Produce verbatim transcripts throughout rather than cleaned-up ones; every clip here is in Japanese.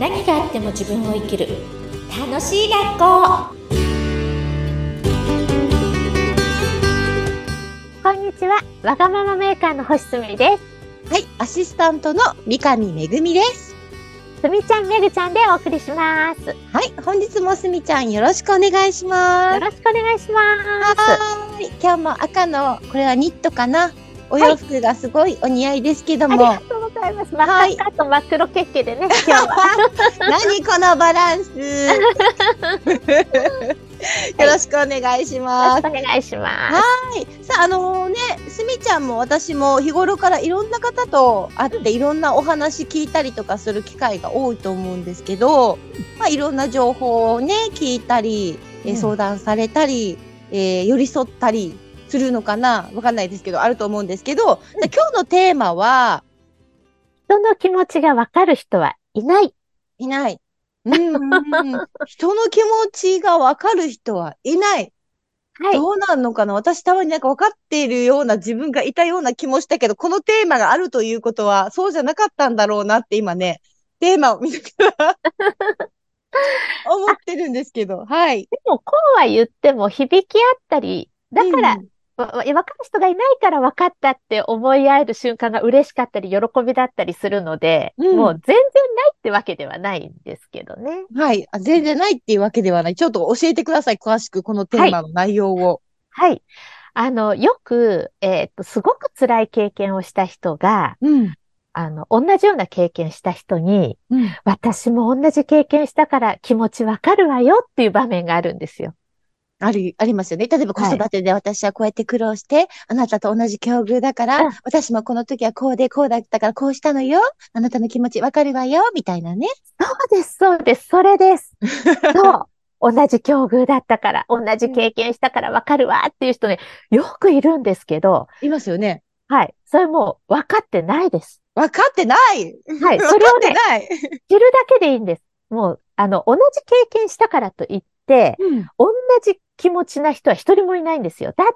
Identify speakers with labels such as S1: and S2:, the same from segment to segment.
S1: 何があっても自分を生きる楽しい学校。こんにちは、わがままメーカーの星すみです。
S2: はい、アシスタントの三上めぐみです。
S1: すみちゃん、めぐちゃんでお送りします。
S2: はい、本日もすみちゃんよろしくお願いします。
S1: よろしくお願いします。
S2: はい、今日も赤のこれはニットかな、お洋服がすごいお似合いですけども、
S1: はい、ありがとうございます。真っ赤と真っ黒ケッケでね、今日は
S2: 何このバランスよろしくお願いします。
S1: よろしくお願いします。
S2: はい。さあ、あのー、ね、すみちゃんも私も日頃からいろんな方と会っていろんなお話聞いたりとかする機会が多いと思うんですけど、まあ、いろんな情報をね、聞いたり、えー、相談されたり、えー、寄り添ったりするのかな、わかんないですけど、あると思うんですけど、うん、今日のテーマは、
S1: 人の気持ちがわかる人はいない。
S2: いない。うんうんうん、人の気持ちがわかる人はいない。はい。どうなんのかな、私たまになんか分かっているような自分がいたような気もしたけど、このテーマがあるということは、そうじゃなかったんだろうなって今ね、テーマを見ながら思ってるんですけど、はい。
S1: でも、こうは言っても響き合ったり、だから、うん、わかる人がいないから分かったって思い合える瞬間が嬉しかったり、喜びだったりするので、うん、もう全然ないってわけではないんですけどね。
S2: はい。あ、全然ないっていうわけではない。ちょっと教えてください。詳しく、このテーマの内容を。
S1: はい。はい、あの、よく、えっと、すごく辛い経験をした人が、うん、あの、同じような経験した人に、うん、私も同じ経験したから気持ちわかるわよっていう場面があるんですよ。
S2: あり、ありますよね。例えば子育てで私はこうやって苦労して、はい、あなたと同じ境遇だから、うん、私もこの時はこうでこうだったからこうしたのよ。あなたの気持ちわかるわよ。みたいなね。
S1: そうです、そうです。それです。そう。同じ境遇だったから、同じ経験したからわかるわっていう人ね、よくいるんですけど。
S2: いますよね。
S1: はい。それもう分かってないです。
S2: 分かってない。
S1: はい。それをね、知るだけでいいんです。もう、あの、同じ経験したからといって、うん、同じ気持ちな人は一人もいないんですよ。だって、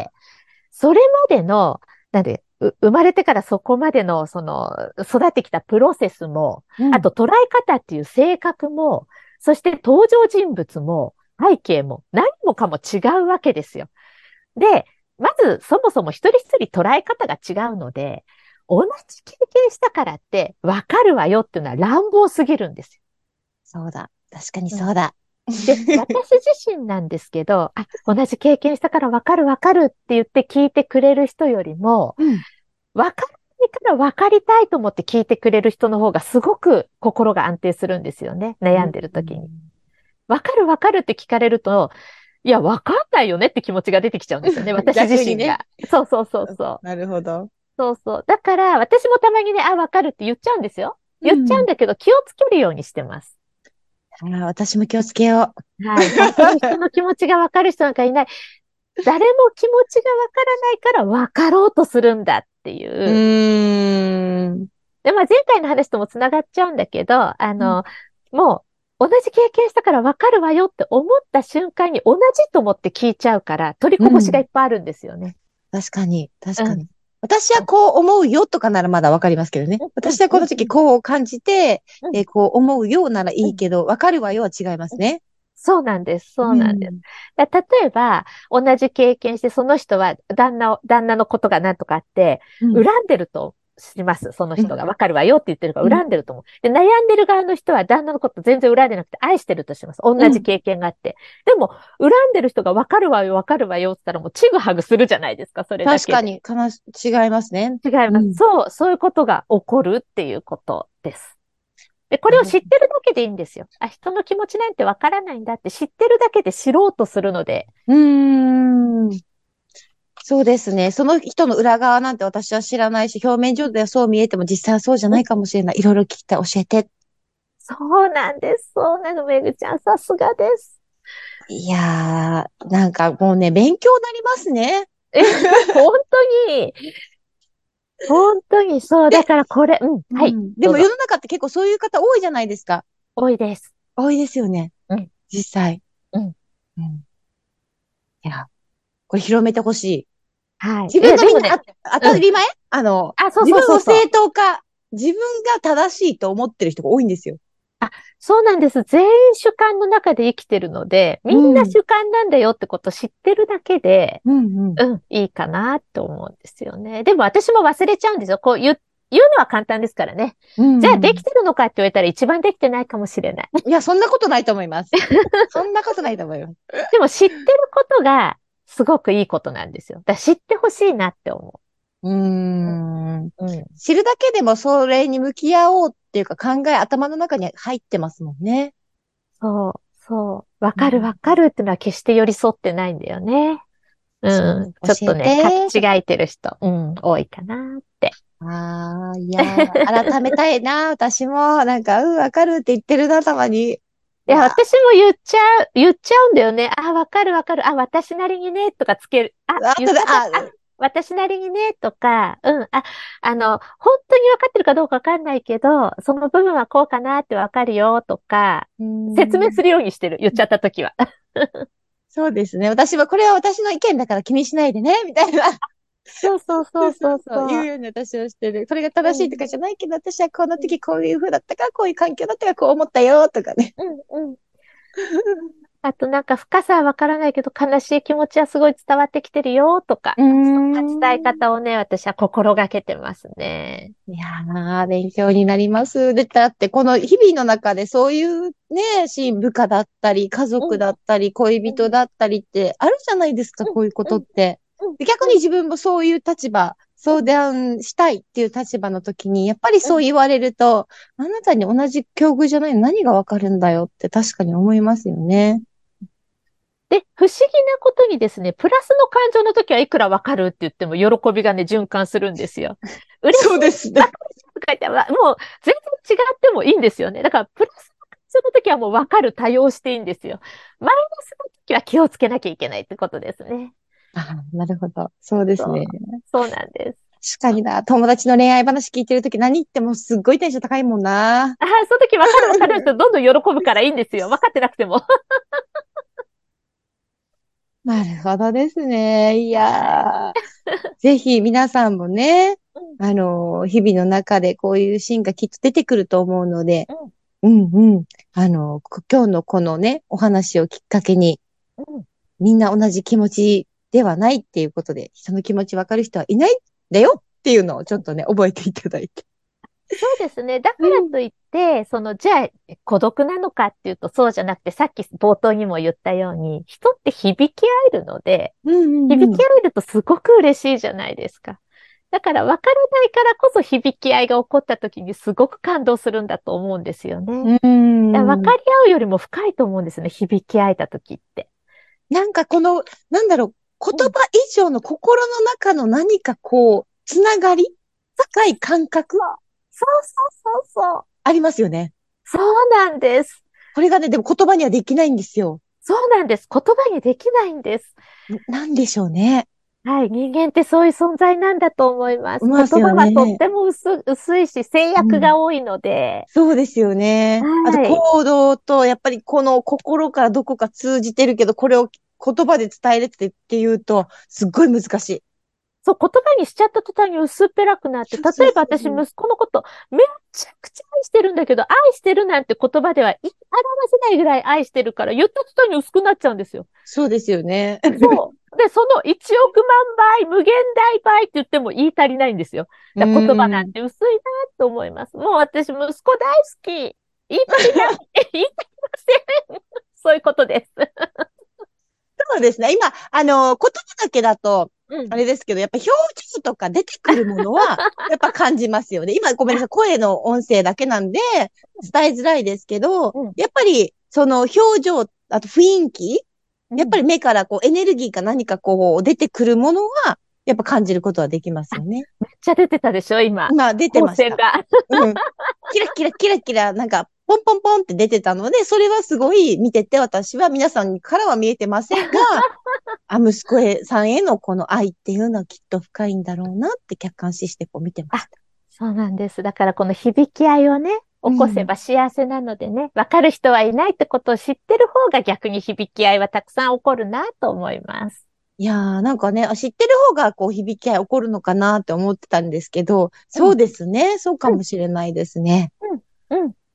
S1: それまでの、なんで、生まれてからそこまでの、その、育ってきたプロセスも、うん、あと捉え方っていう性格も、そして登場人物も、背景も、何もかも違うわけですよ。で、まず、そもそも一人一人捉え方が違うので、同じ経験したからって分かるわよっていうのは乱暴すぎるんですよ。
S2: そうだ。確かにそうだ。
S1: うん、で、私自身なんですけど、あ、同じ経験したから分かる分かるって言って聞いてくれる人よりも、うん、分かるから分かりたいと思って聞いてくれる人の方がすごく心が安定するんですよね。悩んでる時に。分かる分かるって聞かれると、いや、分かんないよねって気持ちが出てきちゃうんですよね。私自身が。ね、そうそうそうそう。
S2: なるほど。
S1: そうそう。だから、私もたまにね、あ、分かるって言っちゃうんですよ。言っちゃうんだけど、うん、気をつけるようにしてます。
S2: あ、私も気をつけよ
S1: う。はい。本当に人の気持ちが分かる人なんかいない。誰も気持ちが分からないから分かろうとするんだっていう。う
S2: ーん。
S1: で、まあ前回の話ともつながっちゃうんだけど、あの、うん、もう同じ経験したから分かるわよって思った瞬間に同じと思って聞いちゃうから、取りこぼしがいっぱいあるんですよね。
S2: うん、確かに、確かに。うん、私はこう思うよとかならまだわかりますけどね。うん、私はこの時こう感じて、うん、えー、こう思うようならいいけど、わかるわよは違いますね。
S1: そうなんです。そうなんです。うん、例えば、同じ経験して、その人は旦那を、旦那のことがなんとかあって、うん、恨んでるとします。その人が。わかるわよって言ってるから恨んでると思う。で、悩んでる側の人は旦那のこと全然恨んでなくて愛してるとします。同じ経験があって。うん、でも、恨んでる人がわかるわよ、わかるわよって言ったらもうちぐはぐするじゃないですか、それだけで。
S2: 確かに、悲し、違いますね。
S1: 違います、うん。そう、そういうことが起こるっていうことです。で、これを知ってるだけでいいんですよ。あ、人の気持ちなんてわからないんだって知ってるだけで知ろうとするので。
S2: うーん。そうですね。その人の裏側なんて私は知らないし、表面上ではそう見えても実際はそうじゃないかもしれない。いろいろ聞きたい。教えて。
S1: そうなんです。そうなの、めぐちゃん。さすがです。
S2: いやー、なんかもうね、勉強になりますね。
S1: え、本当に。本当にそう。だからこれ、うん、はい。うん、
S2: でも世の中って結構そういう方多いじゃないですか。
S1: 多いです。
S2: 多いですよね。
S1: うん。
S2: 実際。
S1: うん。
S2: うん。いや、これ広めてほしい。
S1: はい。
S2: 自分がみんな、ね、当たり前、うん、あの、あ、そうそうそうそう、自分を正当化、自分が正しいと思ってる人が多いんですよ。
S1: あ、そうなんです。全員主観の中で生きてるので、みんな
S2: うん。
S1: 主観なんだよってことを知ってるだけで、
S2: うんうん。
S1: うん、いいかなって思うんですよね。でも私も忘れちゃうんですよ。こう言う、言うのは簡単ですからね。
S2: う
S1: じゃあでき
S2: ん。
S1: てるのかって言われたら一番できてないかもしれない。
S2: いや、そんなことないと思います。そんなことないと思います。
S1: でも知ってることがすごくいいことなんですよ。だから知ってほしいなって思
S2: うーん。
S1: う。うん。
S2: 知るだけでもそれに向き合おうっていうか考え、頭の中に入ってますもんね。
S1: そう、そう。わかるわ
S2: うん、
S1: かるってのは決して寄り添ってないんだよね。う
S2: そう、
S1: ん。ちょっ
S2: 教え
S1: とね、か
S2: て。
S1: 違えてる人、うん、多いかなって。
S2: ああ、いやー、改めたいな、私も。なんか、うん、わかるって言ってるな、たまに。
S1: いや、
S2: いや
S1: 私も言っちゃう、言っちゃうんだよね。あ、わかるわかる。あ、私なりにね、とかつける。あ、
S2: ー、あとで、
S1: 言ったか、
S2: あ、
S1: あ、私なりにね、とか、うん、あ、あの、本当にわかってるかどうかわかんないけど、その部分はこうかなってわかるよ、とか、
S2: うーん、
S1: 説明するようにしてる。言っちゃったときは。
S2: そうですね。私は、これは私の意見だから気にしないでね、みたいな。
S1: そうそう
S2: そう
S1: そうそう
S2: そうそう、言
S1: そう。
S2: うように私はしてる。それが正しいとか
S1: うん、
S2: じゃないけど、私はこの
S1: うん、
S2: 時こういう風だったから、こういう環境だったから、こう思ったよ、とかね。
S1: うん、うん。あとなんか深さはわからないけど悲しい気持ちはすごい伝わってきてるよとか、
S2: うー
S1: そんな伝え
S2: ん。
S1: 方をね、私は心がけてますね。
S2: いやー、勉強になります。で、だって、この日々の中でそういうね、シーン、部下だったり、家族
S1: うん、
S2: だったり、恋
S1: うん、
S2: 人だったりってあるじゃないですか、
S1: うん、
S2: こういうこ
S1: うん、
S2: とって。
S1: うん、
S2: で逆
S1: うん、
S2: に自分もそういう立場、相談したいっていう立場の時に、やっぱり
S1: うん。
S2: そう言われると、あなたに同じ境遇じゃないの何がわかるんだよって確かに思いますよね。
S1: で、不思議なことにですね、プラスの感情の時はいくらわかるって言っても喜びがね、循環するんですよ。嬉しい、
S2: そうですね。
S1: わかるとか言ってわもう全然違ってもいいんですよね。だから、プラスの感情の時はもうわかる、多用していいんですよ。マイナスの時は気をつけなきゃいけないってことですね。
S2: あ、なるほど。そうです
S1: そう、
S2: ね。
S1: そうなんです。
S2: 確かにな。友達の恋愛話聞いてるとき何言ってもすっごいテンション高いもんな。
S1: ああ、その時分かる分かるってどんどん喜ぶからいいんですよ。分かってなくても。
S2: なるほどですね。い
S1: はい。
S2: やー、ぜひ皆さんもね、
S1: うん、
S2: あの、日々の中でこういうシーンがきっと出てくると思うので、
S1: うん、
S2: うんうん。あの、こ今日のこのね、お話をきっかけに、
S1: うん。
S2: みんな同じ気持ちではないっていうことで、人の気持ちわかる人はいないんだよっていうのをちょっとね、覚えていただいて。
S1: そうですね。だか
S2: うん。
S1: らといって、その、じゃあ、孤独なのかっていうと、そうじゃなくて、さっき冒頭にも言ったように、人って響き合えるので、
S2: うんうんうん。
S1: 響き合えるとすごく嬉しいじゃないですか。だから、分からないからこそ響き合いが起こった時にすごく感動するんだと思うんですよね。
S2: うー
S1: だから分か
S2: ん。
S1: り合うよりも深いと思うんですね。響き合えた時って。
S2: なんかこの、なんだろう、言
S1: うん。
S2: 葉以上の心の中の何かこう、つながり深い感覚
S1: そうそうそうそうそう。
S2: ありますよね。
S1: そうなんです。
S2: これがね、でも言葉にはできないんですよ。
S1: そうなんです。言葉にできないんです。
S2: んなんでしょうね。
S1: はい。人間ってそういう存在なんだと思います。
S2: いますよ
S1: 言葉はとっ
S2: ね。
S1: ても薄、薄いし、制約
S2: うん。
S1: が多いので。
S2: そうですよね。あと
S1: はい。
S2: 行動と、やっぱりこの心からどこか通じてるけど、これを言葉で伝えるってっていうと、すっごい難しい。
S1: そう、言葉にしちゃった途端に薄っぺらくなって、
S2: そうそう
S1: 例えば私、
S2: そうそう。
S1: 息子のことめちゃくちゃ愛してるんだけど、愛してるなんて言葉では言い表せないぐらい愛してるから、言った途端に薄くなっちゃうんですよ。
S2: そうですよね。
S1: そう。で、そのいちおくまん倍、無限大倍って言っても言い足りないんですよ。
S2: う
S1: だから言葉なん
S2: ーん。
S1: て薄いなと思います。もう私、息子大好き。言い足りない。言い足りません。そういうことです。
S2: そうですね。今、あの、言葉だけだと、
S1: うん。
S2: あれですけど、やっぱ表情とか出てくるものは、やっぱ感じますよね。今、ごめんなさい。声の音声だけなんで、伝えづらいですけど、
S1: うん。
S2: やっぱり、その表情、あと雰囲気、
S1: うん。
S2: やっぱり目からこうエネルギーか何かこう出てくるものは、やっぱ感じることはできますよね。
S1: めっちゃ出てたでしょ、今。
S2: 今出て
S1: 光
S2: ました。
S1: 線が。
S2: うん。キラキラキラキラ、なんか、ポンポンポンって出てたので、それはすごい見てて、私は皆さんからは見えてませんが、あ、息子へさんへのこの愛っていうのはきっと深いんだろうなって客観視してこう見てまし
S1: あ、
S2: た。
S1: そうなんです。だからこの響き合いをね、起こせ
S2: うん。
S1: ば幸せなのでね、わかる人はいないってことを知ってる方が逆に響き合いはたくさん起こるなと思います。
S2: いやー、なんかね、あ知ってる方がこう響き合い起こるのかなって思ってたんですけど、
S1: うん、
S2: そうですね。そうか
S1: うん、
S2: もしれないですね。
S1: うん、うん。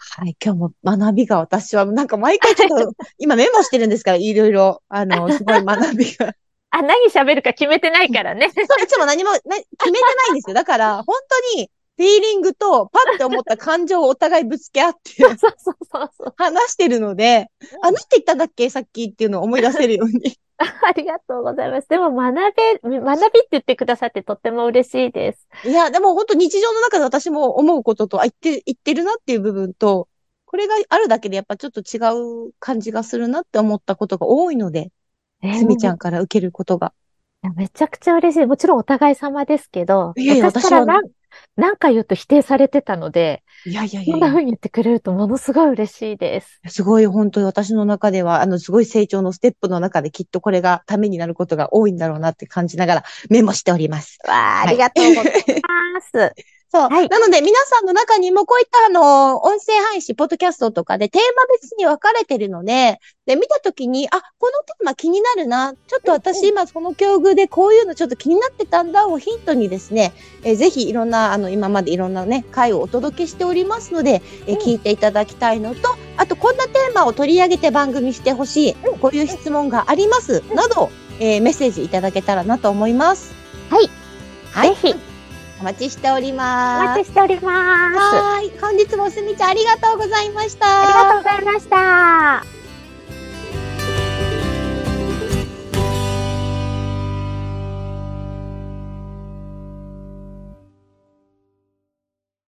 S2: はい、今日も学びが私は、なんか毎回ちょっと、今メモしてるんですから、いろいろ、あの、すごい学びが。
S1: あ、何喋るか決めてないからね。
S2: そう、いつも何もな決めてないんですよ。だから、本当に、フィーリングと、パッて思った感情をお互いぶつけ合って、
S1: そうそうそうそう。
S2: 話してるので、あ、なんて言ったんだっけさっきっていうのを思い出せるように。
S1: ありがとうございます。でも学べ、学びって言ってくださってとっても嬉しいです。
S2: いや、でも本当日常の中で私も思うことと、あ、言って、言ってるなっていう部分と、これがあるだけでやっぱちょっと違う感じがするなって思ったことが多いので、
S1: え
S2: すみちゃん
S1: ー
S2: から受けることが。
S1: いやめちゃくちゃ嬉しい。もちろんお互い様ですけど、
S2: いやいや、私は、
S1: 私から何、何か言うと否定されてたので、
S2: いやいやい
S1: こんな
S2: やいや、
S1: 風に言ってくれるとものすごい嬉しいです。
S2: すごい本当に私の中では、あの、すごい成長のステップの中できっとこれがためになることが多いんだろうなって感じながらメモしております。
S1: わあ、あ
S2: はい。
S1: りがとうございます。
S2: そう。
S1: はい。
S2: なので、皆さんの中にもこういったあの、音声配信、ポッドキャストとかでテーマ別に分かれてるので、で、見たときに、あ、このテーマ気になるな。ちょっと私今その境遇でこういうのちょっと気になってたんだをヒントにですね、えーぜひいろんな、あの、今までいろんなね、回をお届けしておりますので、えー
S1: うん
S2: 聞いていただきたいのと、あとこんなテーマを取り上げて番組してほしい、こういう質問があります、など、えーメッセージいただけたらなと思います。
S1: はい。
S2: はい。
S1: ぜひ、
S2: お待ちしており
S1: お
S2: ます。
S1: 待ちしております。
S2: はーい。本日もすみちゃんありがとうございました。
S1: ありがとうございました。